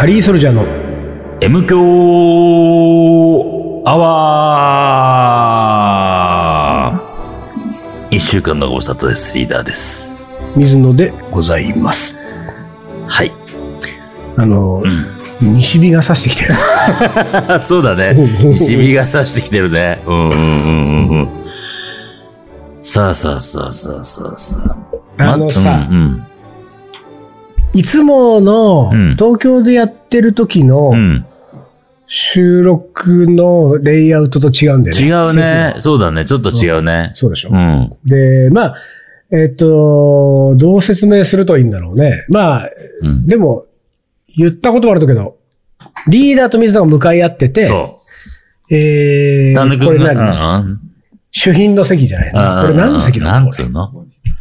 カリーソルジャーの M 強アワー。一週間のご無沙汰です。リーダーです。 水野でございます。 はい。 西日が差してきてる。 そうだね。西日が差してきてるね。さあ。 いつもの東京でやってる時の収録のレイアウトと違うんだよね。 違うね。そうだね。ちょっと違うね。 そうでしょ。で、まあ、どう説明するといいんだろうね。まあ、でも、言ったこともあるけど、リーダーと水田が向かい合ってて、 そう。 これ何主賓の席じゃないの？これ何の席なの？ なんつうの？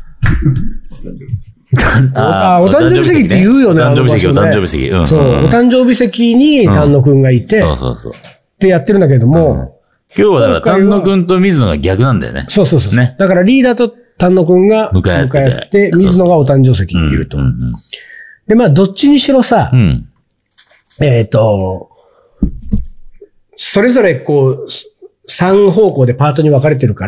お誕生日席って言うよね。 お誕生日席。 そう、お誕生日席に丹野くんがいて、 そう。 ってやってるんだけども、 今日はだから丹野くんと水野が逆なんだよね。 そう。ね。だからリーダーと丹野くんが向かい合って、水野がお誕生席にいると。で、まあ、どっちにしろさ、それぞれこう、3方向でパートに分かれてるから、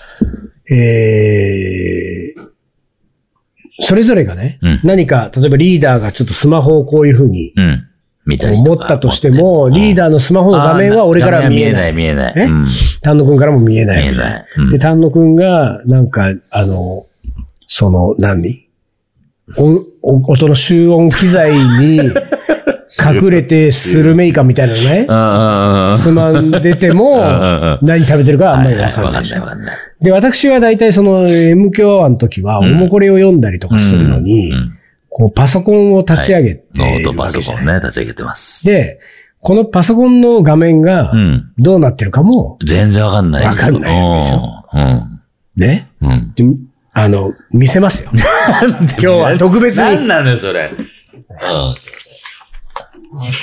それぞれがね、何か、例えばリーダーがちょっとスマホをこういう風に、持ったとしても、リーダーのスマホの画面は俺からは見えない。 見えない。 丹野くんからも見えない。で、丹野くんが、なんか、音の集音機材に隠れてスルメイカみたいなのね、つまんでても、何食べてるかあんまりわかんない。で、私は大体その M 強アワーの時は、おもこれを読んだりとかするのに、こうパソコンを立ち上げて、 ノートパソコンね、立ち上げてます。 で、このパソコンの画面がどうなってるかも、 全然わかんない。 わかんないんですよ。ね、見せますよ。今日は特別に。 何なのよ、それ。もう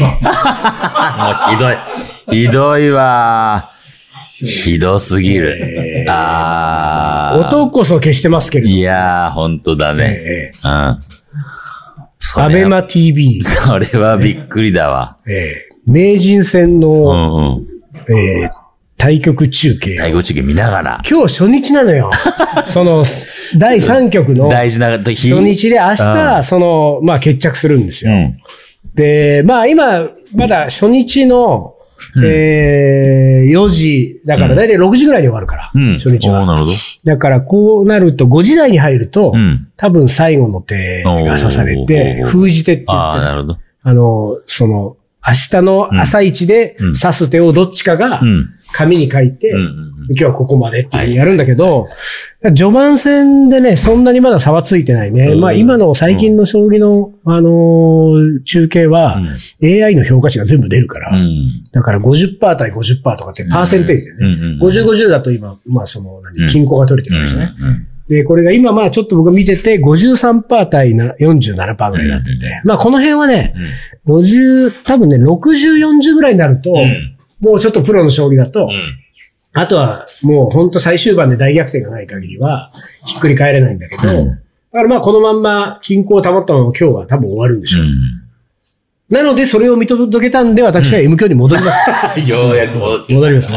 ひどいわ。ひどすぎる。 音こそ消してますけれど。 いやー、ほんとだね。 アベマ TV。 それはびっくりだわ。 名人戦の、対局中継。 対局中継見ながら。 今日初日なのよ。その、第3局の。 大事な初日で明日、まあ決着するんですよ。で、まあ今、まだ初日の、4時、だからだいたい6時ぐらいに終わるから、初日は。 なるほど。 だからこうなると5時台に入ると、多分最後の手が刺されて、封じ手って言って、 なるほど。 明日の朝一で刺す手をどっちかが紙に書いて、今日はここまでっていうやるんだけど、序盤戦でね、そんなにまだ差はついてないね。まあ今の最近の将棋の、中継は AI の評価値が全部出るから、だから 50% 対 50% とかってパーセンテージでね、50、50だと今、まあ均衡が取れてるわけですね。で、これが今まあちょっと僕が見てて 53% 対 47% ぐらいになってて、まあこの辺はね、多分ね、60、40ぐらいになると、もうちょっとプロの将棋だと、あとはもう本当最終盤で大逆転がない限りは、ひっくり返れないんだけど、だからまあこのまんま均衡を保ったまま今日は多分終わるんでしょう。なのでそれを見届けたんで私は M 強に戻ります。 ようやく戻ります。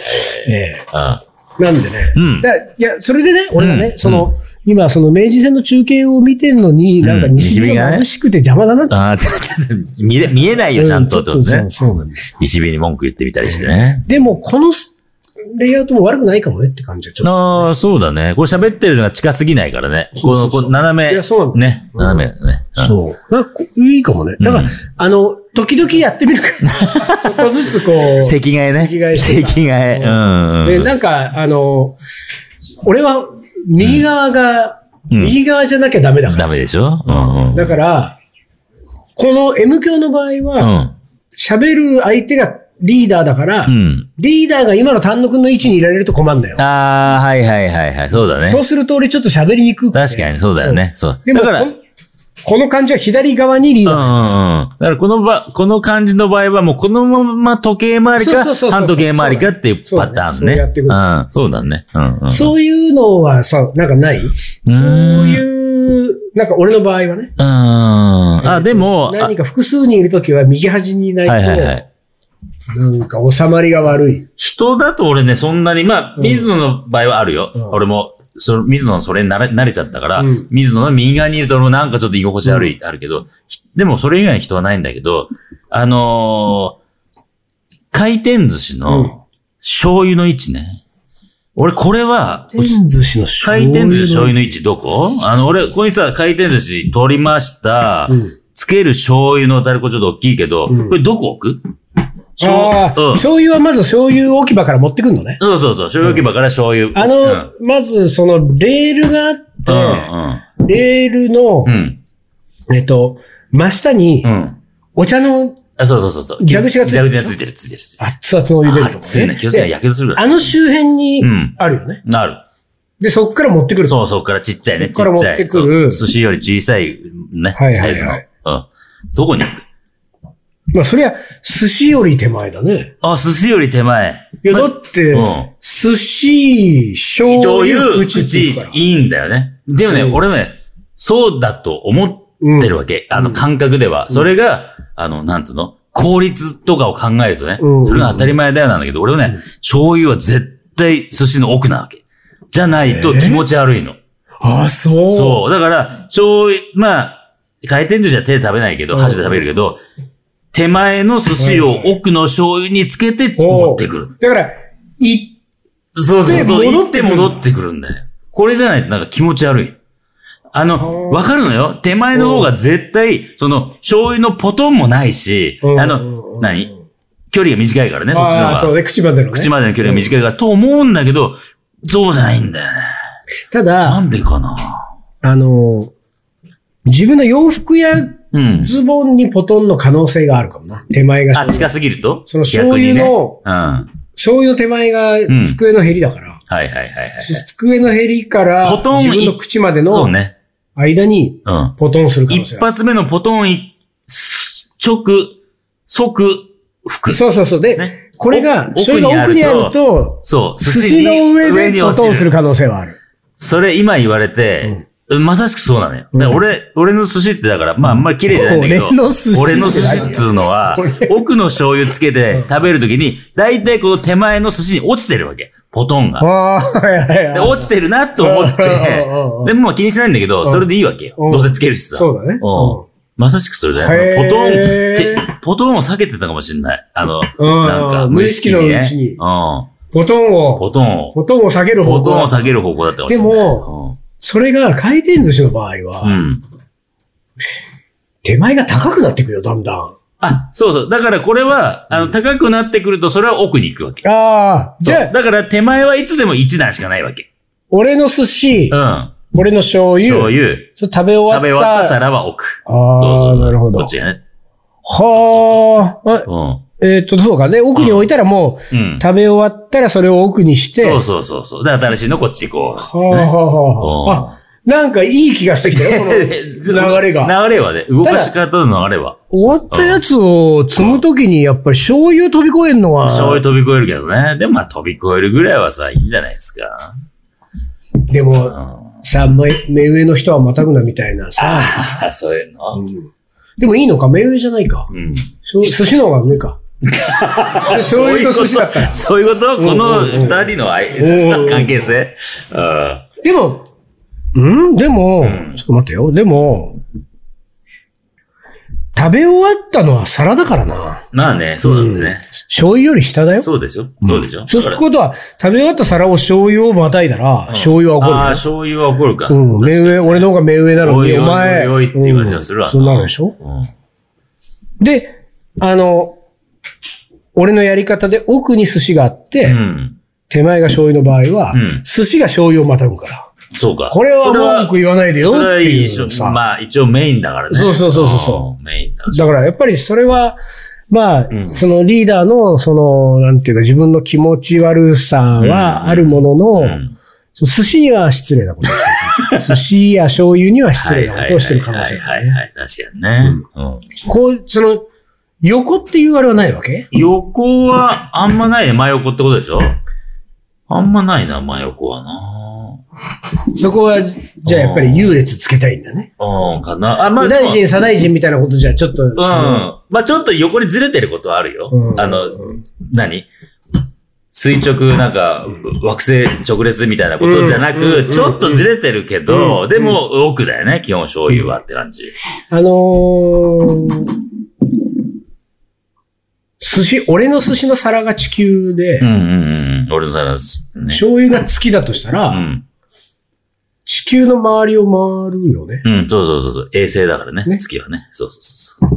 なんでね。いや、それでね、俺がね、今、明治戦の中継を見てるのに、なんか西日が眩しくて邪魔だなって。 見えないよ、ちゃんと。 そうなんです。 西日に文句言ってみたりしてね。 でも、このレイアウトも悪くないかもねって感じはちょっと。 そうだね。これ喋ってるのが近すぎないからね。この斜め。 いや、そうなんだ。ね。斜めだね。 そう。いいかもね。だから、時々やってみるから。ちょっとずつこう。 席替えね。席替え。 で、なんか、俺は、右側じゃなきゃダメだから。 ダメでしょ？ だから、この M 強の場合は、喋る相手がリーダーだから、リーダーが今の丹野くんの位置にいられると困るんだよ。 はい。そうだね。 そうすると俺ちょっと喋りにくくて。 確かにそうだよね。そう。 でもこの感じは左側にリーダー。 だからこの感じの場合はもうこのまま時計回りか、半時計回りかっていうパターンね。そうだね。 そういうのはさ、なんかない？こういうなんか俺の場合はね。 でも、 何か複数人いるときは右端にいないと、なんか収まりが悪い。 人だと俺ね、そんなに、まあ、水野の場合はあるよ。俺も、水野のそれに慣れちゃったから、水野の右側にいると俺もなんかちょっと居心地悪い、あるけど、でもそれ以外の人はないんだけど、回転寿司の醤油の位置ね。俺これは、 回転寿司の醤油の位置どこ？俺、ここにさ、回転寿司取りました。つける醤油のタレコちょっと大きいけど、これどこ置く？ 醤油はまず醤油置き場から持ってくんのね。 そう。醤油置き場から醤油。 まずそのレールがあって、レールの、真下に、お茶の、 そう。 蛇口がついてる。 蛇口がついてる。 熱々のお湯出るとこね。 熱いね。気をつけない。やけどするから。 周辺にあるよね。 ある。 で、そっから持ってくる。 そう、そっからちっちゃいね。 そっから持ってくる。 寿司より小さいね。サイズの。どこに行く？ まあ、そりゃ、寿司より手前だね。 寿司より手前。 いや、だって、寿司、醤油、口いいんだよね。でもね、俺ね、そうだと思ってるわけ。感覚では。それが、なんつうの？効率とかを考えるとね。それが当たり前だよなんだけど、俺はね、醤油は絶対寿司の奥なわけ。じゃないと気持ち悪いの。 そう。 そう。だから、醤油、まあ、回転寿司は手で食べないけど、箸で食べるけど、手前の寿司を奥の醤油につけて持ってくる。 だから、 そう。行って戻ってくるんだよ。これじゃないとなんか気持ち悪い。わかるのよ。手前の方が絶対、醤油のポトンもないし、距離が短いからね、そっちの方が。 そうね、口までのね。 口までの距離が短いからと思うんだけど、そうじゃないんだよね。 ただ、 なんでかな。 自分の洋服やズボンにポトンの可能性があるかもな。手前が。 近すぎると？ その醤油の、醤油の手前が机のへりだから。机のへりから自分の口までの間にポトンする可能性がある。 一発目のポトン即服。 そう。で、これが、醤油が奥にあると、寿司の上でポトンする可能性はある。 それ今言われて、まさしくそうなのよ。俺の寿司ってだから、まああんまり綺麗じゃないんだけど、俺の寿司っつうのは、奥の醤油つけて食べるときに、だいたいこの手前の寿司に落ちてるわけ。ポトンが。で落ちてるなと思って、でも気にしないんだけど、それでいいわけよ。どうせつけるしさ。 そうだね。 まさしくそれだよ。ポトンを避けてたかもしれない。なんか、無意識にね。 ポトンを避ける方向。 ポトンを避ける方向だったかもしれない。 でも、それが回転寿司の場合は、手前が高くなっていくよ、だんだん。 そう。だからこれは、高くなってくると、それは奥に行くわけ。じゃあ。 だから手前はいつでも1段しかないわけ。 俺の寿司、俺の醤油。食べ終わった皿は奥。 なるほど。 こっちがね。 そうかね。奥に置いたらもう、食べ終わったらそれを奥にして。 そう。で、新しいのこっちこう。なんかいい気がしてきたよ、この流れが。 流れはね、動かし方の流れは。 終わったやつを積むときにやっぱり醤油飛び越えるのは。 醤油飛び越えるけどね。でもまあ飛び越えるぐらいはさ、いいんじゃないですか。 でも、さ、目上の人はまたぐなみたいなさ。 そういうの。 でもいいのか、目上じゃないか。寿司の方が上か。醤油と寿司だったら。 そういうことこの二人の関係性でも、ちょっと待ってよ。でも、食べ終わったのは皿だからな。 まあね、そうなんだね。 醤油より下だよ。 そうでしょどうでしょそうすることは、食べ終わった皿を醤油をまたいだら、醤油は怒る。 醤油は怒るか。 目上、俺の方が目上なのに、お前。 おいって言われちゃするわ。 そうなるでしょで、俺のやり方で奥に寿司があって、手前が醤油の場合は、寿司が醤油をまたぐから。 そうか。 これは文句言わないでよっていうさ。 まあ一応メインだからね。 そうメインだ。 だからやっぱりそれは、まあ、そのリーダーの、なんていうか自分の気持ち悪さはあるものの、寿司には失礼なことをしてる。寿司や醤油には失礼なことをしてる可能性がある。 確かにね。 横っていうあれはないわけ？ 横はあんまないね。真横ってことでしょ？あんまないな、真横はな。 そこは、じゃあやっぱり優劣つけたいんだね。 かな。 右大臣、左大臣みたいなことじゃちょっと。 まあちょっと横にずれてることはあるよ。垂直なんか惑星直列みたいなことじゃなく、ちょっとずれてるけど、でも奥だよね、基本醤油はって感じ。 寿司、俺の寿司の皿が地球で、 俺の皿です、 ね。醤油が月だとしたら、地球の周りを回るよね。 そう。衛星だからね、月はね。そう。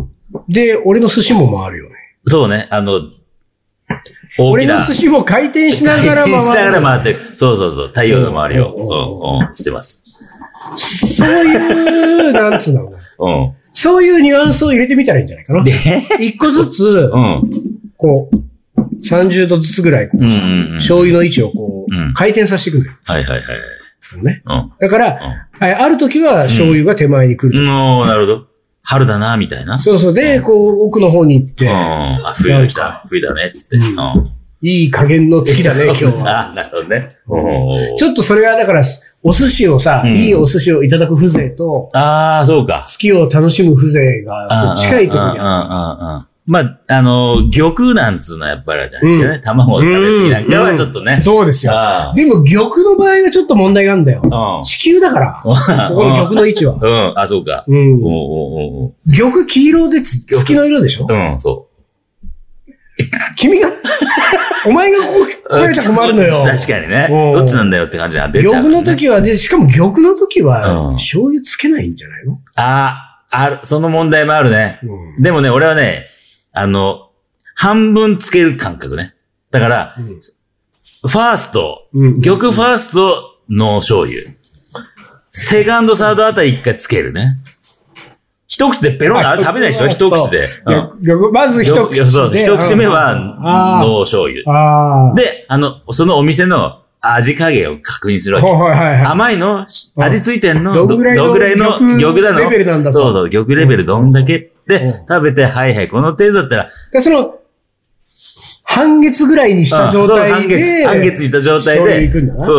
で、俺の寿司も回るよね。 そうね、 俺の寿司も回転しながら回ってる。そう。太陽の周りを、してます。 そういう、なんつうの。そういうニュアンスを入れてみたらいいんじゃないかな。一個ずつ、こう、30度ずつぐらい、こうさ、醤油の位置をこう、回転させていくんだよ。 はい。 ね。だから、ある時は醤油が手前に来る。 なるほど。春だな、みたいな。 そう。で、こう、奥の方に行って。 冬が来た。冬だね、つって。 いい加減の月だね、今日は。 なるほどね。 ちょっとそれはだから、お寿司をさ、いいお寿司をいただく風情と、 そうか。 月を楽しむ風情が近いところにある。 まあ、玉なんつうのはやっぱりあるじゃないですかね。卵を食べてなんかはちょっとね。 そうですよ。でも玉の場合がちょっと問題があるんだよ。地球だから。ここの玉の位置は。 そうか。 玉黄色で月の色でしょ？ そう。 君が、お前がこう聞かれたら困るのよ。 確かにね。どっちなんだよって感じが出ちゃう。 玉の時は、しかも玉の時は、醤油つけないんじゃないの？ その問題もあるね。でもね、俺はね、半分つける感覚ね。だから、ファースト、玉ファーストの醤油。セカンド、サードあたり一回つけるね。一口でペロン、食べないでしょ一口で。 まず一口で。 そう、一口目は、の醤油。で、そのお店の味加減を確認するわけ。甘いの味ついてんのどんぐらいの玉なのレベルなんだと。 そう、玉レベルどんだけで、食べて、はい、この程度だったら。 その、半月ぐらいにした状態で。 半月にした状態で。そう。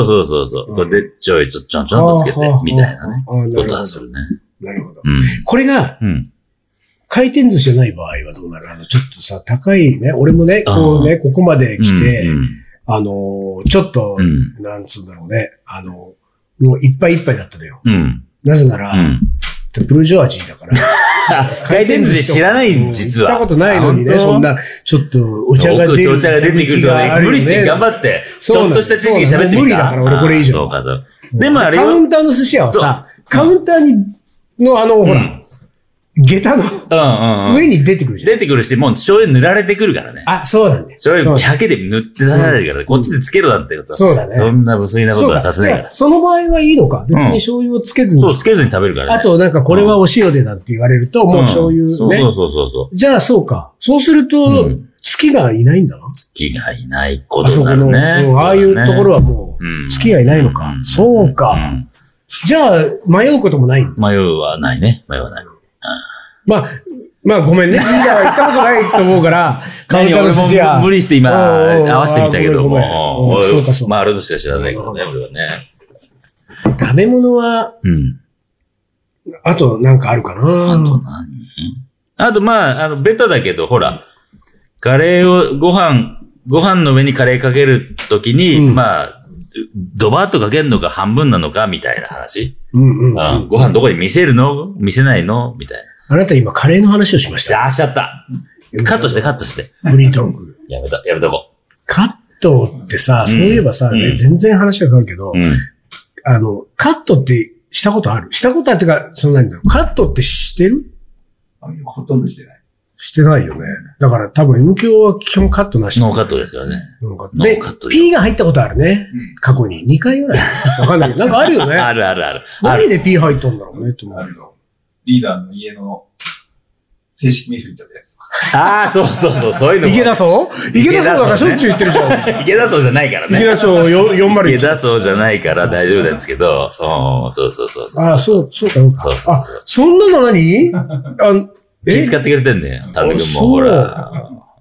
これで、ちょんとつけて、みたいなね。ことはするね。 なるほど。これが、回転寿司じゃない場合はどうなる？ちょっとさ、高いね、俺もね、こうね、ここまで来て、ちょっと、なんつうんだろうね、もういっぱいいっぱいだったのよ。なぜなら、ブルジョワジーだから。 回転寿司知らない、実は。 行ったことないのにね、そんな、ちょっとお茶が出てくるとね、無理して頑張って、ちょっとした知識喋ってみた。 無理だから俺これ以上。 そうか。でもあれカウンターの寿司屋はさ、カウンターのほら、下駄の上に出てくるじゃん。 出てくるし、もう醤油塗られてくるからね。 そうなんだ。 醤油100で塗って出されるから、こっちでつけろなんてことは。 そうだね。 そんな無粋なことはさせないから。 その場合はいいのか。別に醤油をつけずに。 そう、つけずに食べるからね。 あとなんかこれはお塩でなんて言われると、もう醤油ね。 そう。 じゃあそうか。そうすると、月がいないんだな。 月がいないことになるね。 ああいうところはもう、月がいないのか。そうか。じゃあ、迷うこともない。 迷うはないね。迷わない。 まあごめんね。リーダーは行ったことないと思うから、カウンターの寿司屋。 無理して今、合わせてみたけども。 そうかそう。 まあ、あるとしか知らないけどね、俺はね。 食べ物は、あとなんかあるかな。 あとまあ、ベタだけど、ほら、カレーを、ご飯の上にカレーかけるときに、まあ、ドバーッとかけるのか半分なのかみたいな話。ご飯どこに見せるの見せないのみたいな。 あなた今カレーの話をしました。 しちゃった。カットして。 フリートーク。 やめとこう。 カットってさ、そういえばさ、全然話が変わるけど、カットってしたことある？したことあるってか、そんなにだろう。カットってしてる？ ほとんどしてない。 してないよね。だから多分 M 響は基本カットなし。 ノーカットですからね。 で、P が入ったことあるね。過去に。2回ぐらい。わかんないけど。なんかあるよね。 ある。 何で P 入ったんだろうね、と思うけど。 リーダーの家の正式名称言っちゃったやつ。 そういうの。 池田荘だからしょっちゅう言ってるじゃん。 池田荘じゃないからね。 池田荘401。 池田荘じゃないから大丈夫なんですけど、そう。 そうか。そんなの何？ 気使ってくれてんだよ、タル君も、ほら。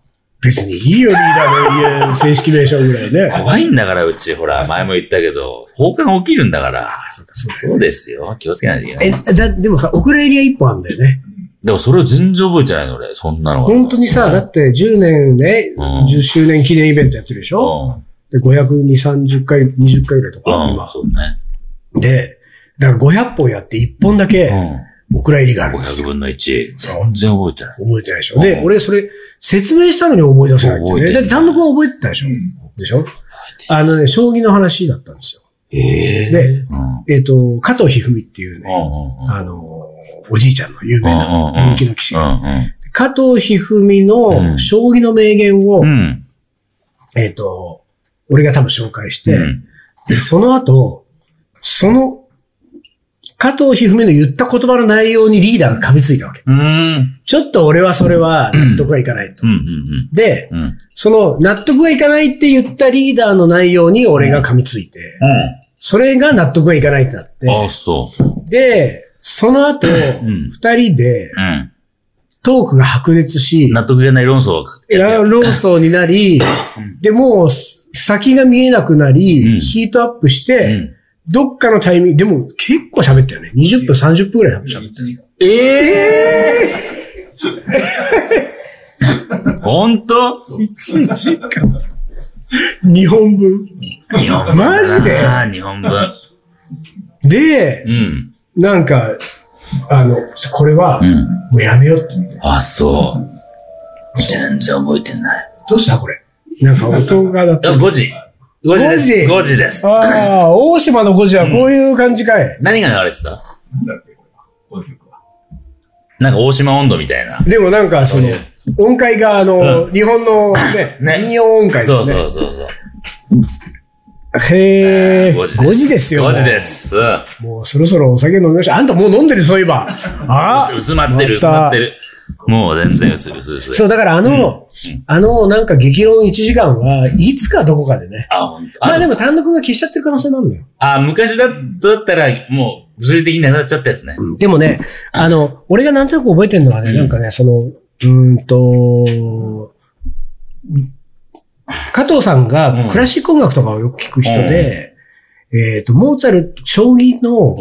別にいいよ、リーダーの家、正式名称ぐらいね。 怖いんだから、うち、ほら、前も言ったけど、放火が起きるんだから。そうですよ。気をつけないといけない。 でもさ、お蔵入りは1本あるんだよね。 でもそれを全然覚えてないの、俺。そんなの。 本当にさ、だって10年ね、10周年記念イベントやってるでしょ、で、520、30回、20回ぐらいとか、今。 そうね。 で、だから500本やって1本だけ、お蔵入りがあるんですよ。 500分の1。全然覚えてない。 覚えてないでしょ。で、俺それ、説明したのに覚え出せないんだよね。だって単独は覚えてたでしょ。でしょ将棋の話だったんですよ。で、加藤一二三っていうね、おじいちゃんの有名な人気の棋士が、加藤一二三の将棋の名言を、俺が多分紹介して、その後、加藤一二三の言った言葉の内容にリーダーが噛みついたわけ。ちょっと俺はそれは納得がいかないと。で、その納得がいかないって言ったリーダーの内容に俺が噛みついて、それが納得がいかないってなって、で、その後、二人で、トークが白熱し、 納得がない論争になり、で、もう先が見えなくなり、ヒートアップして、どっかのタイミング、でも結構喋ったよね。20分、30分くらい喋った。 本当 ?1 時間。2本分。マジで 2本分。 で、なんか、これは、もうやめようって。 あ、そう。全然覚えてない。 どうしたこれ。なんか音がだった。 5時。5時です。 ああ、大島の5時はこういう感じかい。 何が流れてた？なんか大島温度みたいな。 でもなんか音階が日本のね、民謡音階ですね。 そう。 へー。5時ですよ。 5時です。 もうそろそろお酒飲みましょう。あんたもう飲んでる、そういえば。 薄まってる。もう全然薄い。 そう、だからなんか激論1時間はいつかどこかでね。まあでも単独が消しちゃってる可能性もあるんだよ。 昔だったらもう物理的になくなっちゃったやつね。 でもね、俺がなんとなく覚えてるのはね、なんかね、加藤さんがクラシック音楽とかをよく聞く人で、モーツァルト、将棋の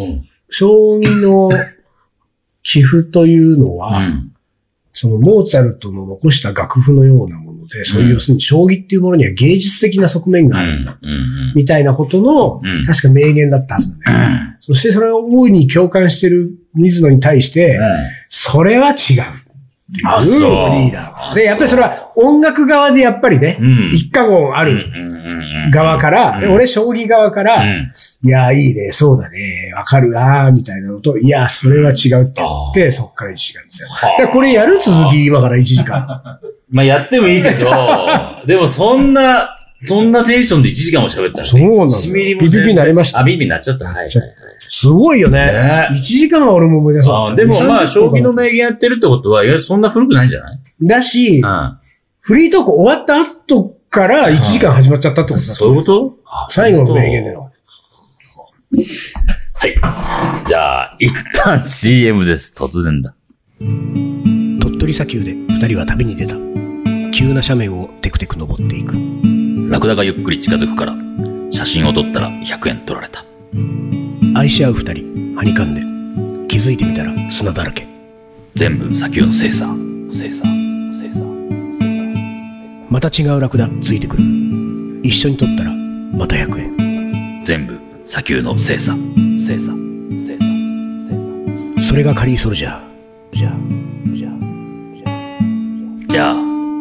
棋譜というのは、そのモーツァルトの残した楽譜のようなもので、そういう要するに将棋っていうものには芸術的な側面があるんだ。みたいなことの、確か名言だったはずだね。そしてそれを大いに共感してる水野に対して、それは違う。っていうリーダーが。で、やっぱりそれは音楽側でやっぱりね、一過言ある側から、俺将棋側から、いや、いいね、そうだね、わかるな、みたいなのと、いや、それは違うって言って、そっから1時間ですよ。これやる続き、今から1時間。 まあやってもいいけど、でもそんなテンションで1時間も喋ったらね。 そうなんだ。ビビになりました。 ビビになっちゃった。はい。 すごいよね。1時間は俺も思い出そう。 でもまあ、将棋の名言やってるってことは、いや、そんな古くないんじゃないだし、フリートーク終わった後から1時間始まっちゃったってことだ。 そういうこと最後の名言だよ。 はい。じゃあ、一旦 CM です。突然だ。 鳥取砂丘で2人は旅に出た。急な斜面をテクテク登っていく。 ラクダがゆっくり近づくから、写真を撮ったら100円取られた。 愛し合う2人、はにかんで気づいてみたら砂だらけ。 全部砂丘の精査。 また違うラクダついてくる。一緒に撮ったらまた100円。 全部砂丘の精査。 それがカリーソルジャー。 じゃあ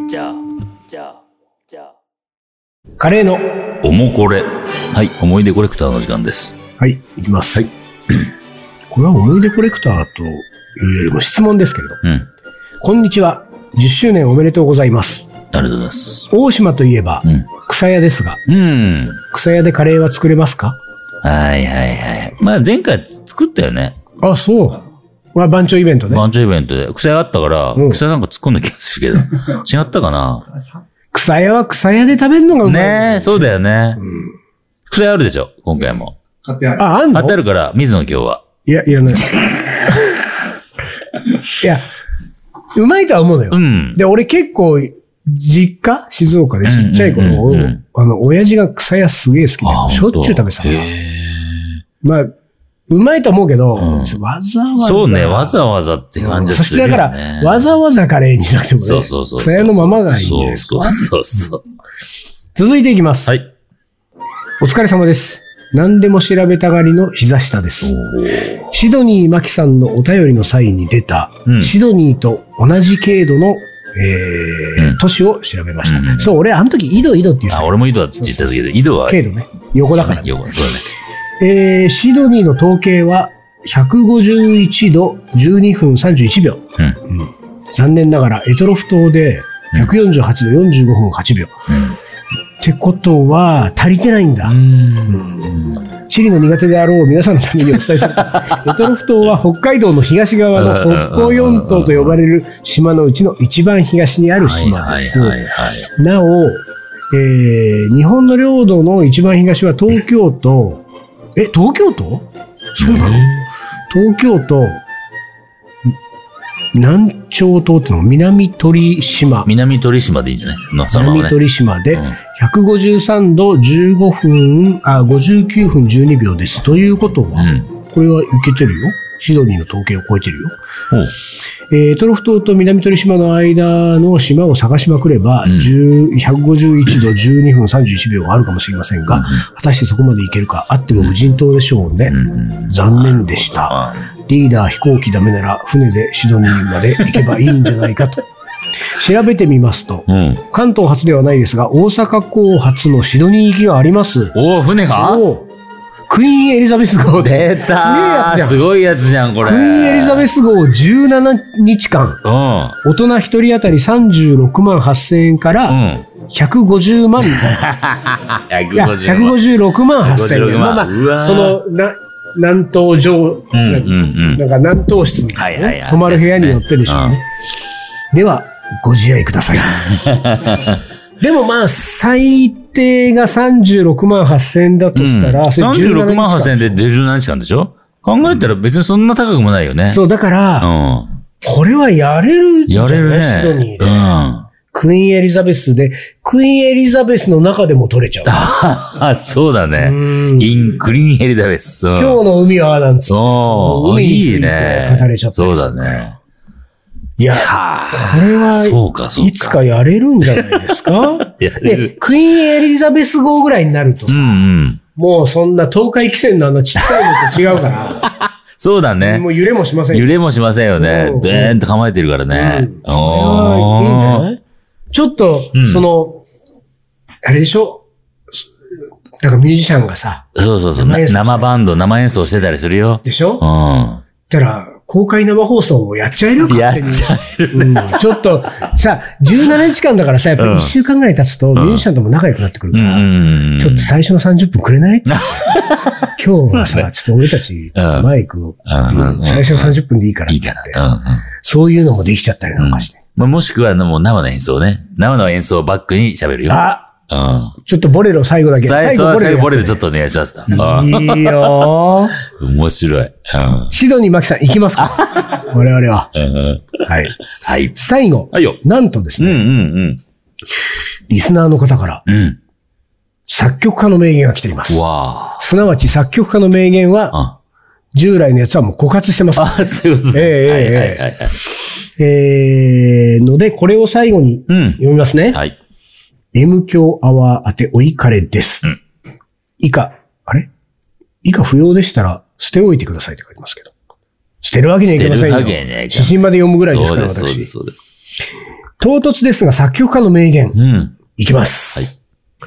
カレーのおもこれ。はい、思い出コレクターの時間です。 はい、いきます。はい。これは思い出コレクターというよりも質問ですけれど。こんにちは。10周年おめでとうございます。 ありがとうございます。 大島といえば、草屋ですが、草屋でカレーは作れますか？ はい。まあ前回作ったよね。 あ、そう。番長イベントね。 番長イベントで。草屋あったから、草屋なんか突っ込んだ気がするけど。違ったかな？ 草屋は草屋で食べるのがうまい。 ねえ、そうだよね。草屋あるでしょ、今回も。 買ってある。 あんの？ 買ってあるから、水野今日は。 いや、いらない。いや、うまいとは思うのよ。で、俺結構、 実家静岡でちっちゃい頃、親父が草屋すげえ好きで、しょっちゅう食べてたから。まあ、うまいと思うけど、わざわざ。 そうね、わざわざって感じがするよね。 だから、わざわざカレーにしなくてもね。そう。草屋のままがいいんじゃないですか。 そう。 続いていきます。 はい。 お疲れ様です。何でも調べたがりの膝下です。シドニー・マキさんのお便りの際に出た、シドニーと同じ経度の、都市を調べました。そう、俺、あの時、井戸って言ってた。 俺も井戸だって言ったけど、井戸は。 経度ね。横だから。 横、そうだね。シドニーの統計は、151度12分31秒。残念ながら、エトロフ島で、148度45分8秒。ってことは、足りてないんだ。地理の苦手であろう皆さんのためにお伝えする。エトロフ島は北海道の東側の北方四島と呼ばれる島のうちの一番東にある島です。なお、日本の領土の一番東は東京都。東京都？そうなの？東京都、南長島っての南鳥島。 南鳥島でいいんじゃない？ 南鳥島で、153度15分、59分12秒です。ということは、これはいけてるよ。シドニーの統計を超えてるよ。トロフ島と南鳥島の間の島を探しまくれば、151度12分31秒あるかもしれませんが、果たしてそこまでいけるか、あっても無人島でしょうね。残念でした。リーダー飛行機ダメなら船でシドニーまで行けばいいんじゃないかと。調べてみますと、関東初ではないですが、大阪港初のシドニー行きがあります。 船がクイーンエリザベス号。 出たすごいやつじゃん、これ。 クイーンエリザベス号17日間。大人1人当たり36万8000円から、150万。156万8000円。まあ、その、南東上、なんか南東室みたいな、泊まる部屋によってでしょうね。では、ご自愛ください。でもまあ、最低が36万8000円だとしたら、 36万8000円で17日間でしょ？考えたら別にそんな高くもないよね。 そう、だから、これはやれるんじゃない？ やれるね。 シドニーで。クイーンエリザベスで、クイーンエリザベスの中でも取れちゃう。 そうだね。インクリーンエリザベス。 今日の海はなんつって。海について語れちゃった。 そうだね。 いや、これはいつかやれるんじゃないですか？で、クイーンエリザベス号ぐらいになるとさ、もうそんな東海汽船のちっちゃいのと違うから。 そうだね。 もう揺れもしませんよ。揺れもしませんよね。でーんと構えてるからね。 いいんじゃない？ちょっと、あれでしょ？なんかミュージシャンがさ。 そう。生バンド、生演奏してたりするよ。 でしょ？だから、公開生放送をやっちゃえるよ。 やっちゃえる。 ちょっと、さ、17日間だからさ、やっぱ1週間ぐらい経つと、ミュージシャンとも仲良くなってくるから、ちょっと最初の30分くれない？今日はさ、ちょっと俺たち、マイクを、最初の30分でいいからって言って、そういうのもできちゃったりなんかして。 もしくはもう生の演奏ね。生の演奏をバックに喋るよ。 ちょっとボレロ最後だけ。 最後ボレロちょっとお願いします。 いいよ面白い。 シドニーマキさん行きますか？我々は。はい。最後。なんとですね。リスナーの方から、作曲家の名言が来ています。すなわち作曲家の名言は、従来のやつはもう枯渇してます。 そういうことので、これを最後に読みますね。M 強アワー当ておいかれです。以下不要でしたら捨ておいてくださいって書いてますけど。捨てるわけにはいけませんよ。指針まで読むぐらいですから、私。そうです。唐突ですが作曲家の名言。いきます。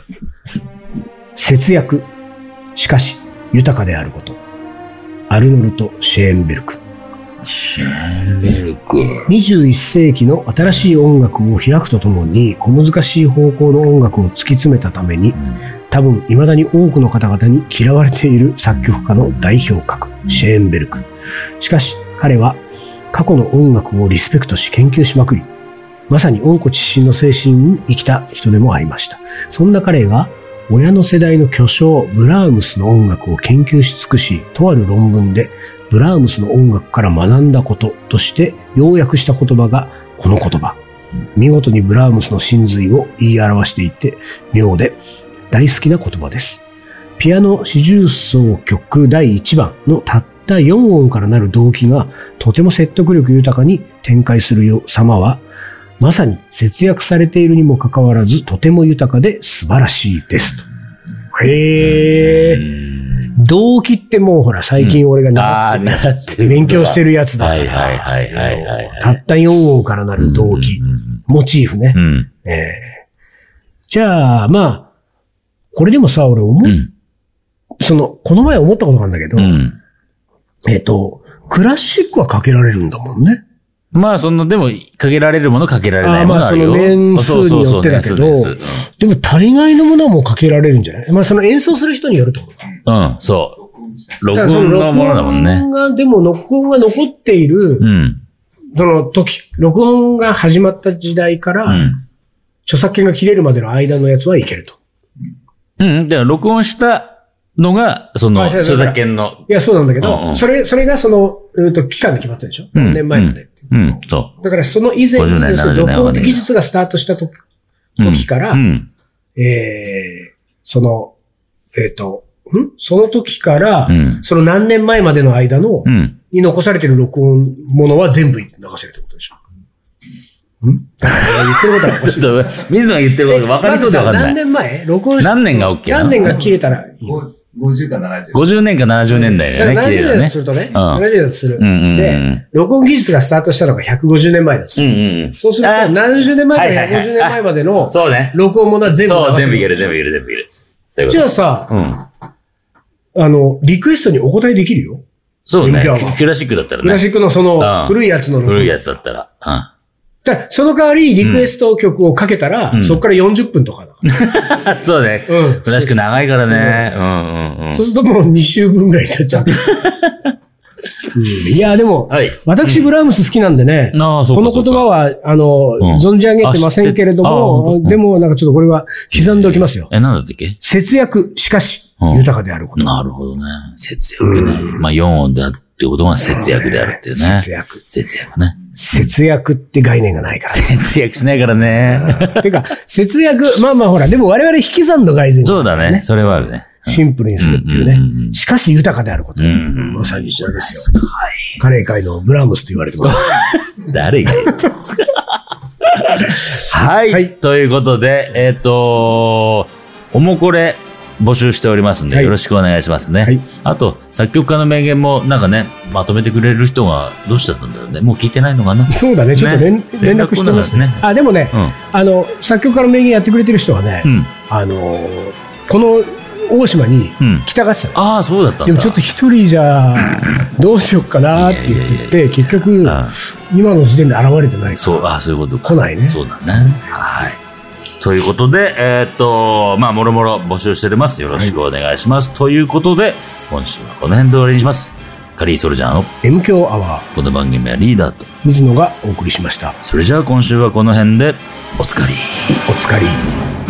節約。しかし、豊かであること。アルノルト・シェーンベルク。21世紀の新しい音楽を開くとともに小難しい方向の音楽を突き詰めたために、多分未だに多くの方々に嫌われている作曲家の代表格、シェーンベルク。しかし彼は過去の音楽をリスペクトし研究しまくり、まさに温故知新の精神に生きた人でもありました。そんな彼が親の世代の巨匠ブラームスの音楽を研究し尽くし、とある論文でブラームスの音楽から学んだこととして要約した言葉がこの言葉。 見事にブラームスの真髄を言い表していて、妙で大好きな言葉です。ピアノ四重奏曲第1番のたった4音からなる動機がとても説得力豊かに展開する様は、まさに節約されているにもかかわらずとても豊かで素晴らしいですと。へー。動機ってもうほら最近俺が習ってる勉強してるやつだから。たった4音からなる動機。モチーフね。じゃあ、まあ、これでもさ、俺この前思ったことがあるんだけど、クラシックはかけられるんだもんね。 まあ、でも、かけられるもの、かけられないものあるよ。 まあ、その年数によってだけど、でも足りないのものはもうかけられるんじゃない？まあ、その演奏する人によると思う。 そう。録音のものだもんね。 でも録音が残っている、その時、録音が始まった時代から、著作権が切れるまでの間のやつはいけると。 だから録音したのが、著作権の。 いや、そうなんだけど、それが期間で決まったでしょ？何年前まで。 そう。 だからその以前に、録音技術がスタートした時から、その時から、その何年前までの間の、に残されてる録音ものは全部流せるってことでしょ。言ってることはちょっと、水野が言ってることが分かりそうで分かんない。 何年前録音何年が OK なの？ 何年が切れたらいい 50か70。 50年か70年代だよね、 切れるね。70年だとするとね。70年だとする。で、録音技術がスタートしたのが150年前です。そうすると、70年前から150年前までの、録音ものは全部。 そう、全部いける、全部いける、全部いける。 じゃあさ、リクエストにお答えできるよ。 そうね。クラシックだったらね。 クラシックの古いやつの古いやつだったら。 その代わり、リクエスト曲をかけたら、そこから40分とかだ。そうね。クラシック長いからね。 そうするともう2週分ぐらい経っちゃう。いや、でも、私、ブラームス好きなんでね、この言葉は、存じ上げてませんけれども、でも、なんかちょっとこれは刻んでおきますよ。 なんだったっけ？ 節約、しかし、豊かであること。 なるほどね。節約ね。まあ、4音であるってことが節約であるっていうね。節約ね。 節約って概念がないから。 節約しないからね。 てか、節約、まあまあほら、でも我々引き算の概念。 そうだね。それはあるね。 シンプルにするっていうね。しかし豊かであること。まさに一緒ですよ。カレー界のブラームスと言われてます。 誰が言ってますか？はい。ということで、おもこれ募集しておりますんで、よろしくお願いしますね。あと、作曲家の名言もなんかね、まとめてくれる人がどうしちゃったんだろうね。もう聞いてないのかな？そうだね。ちょっと連絡してますね。でもね、作曲家の名言やってくれてる人はね、この大島に来たがってた。そうだったんだ。でもちょっと一人じゃどうしよっかなって言ってて、結局今の時点で現れてないから。そういうことか。来ないね。そうだね。はい。ということで、まあ、もろもろ募集しております。よろしくお願いします。ということで、今週はこの辺で終わりにします。カリーソルジャーの M 強アワー。この番組はリーダーと水野がお送りしました。それじゃあ今週はこの辺で、おつかり。おつかり。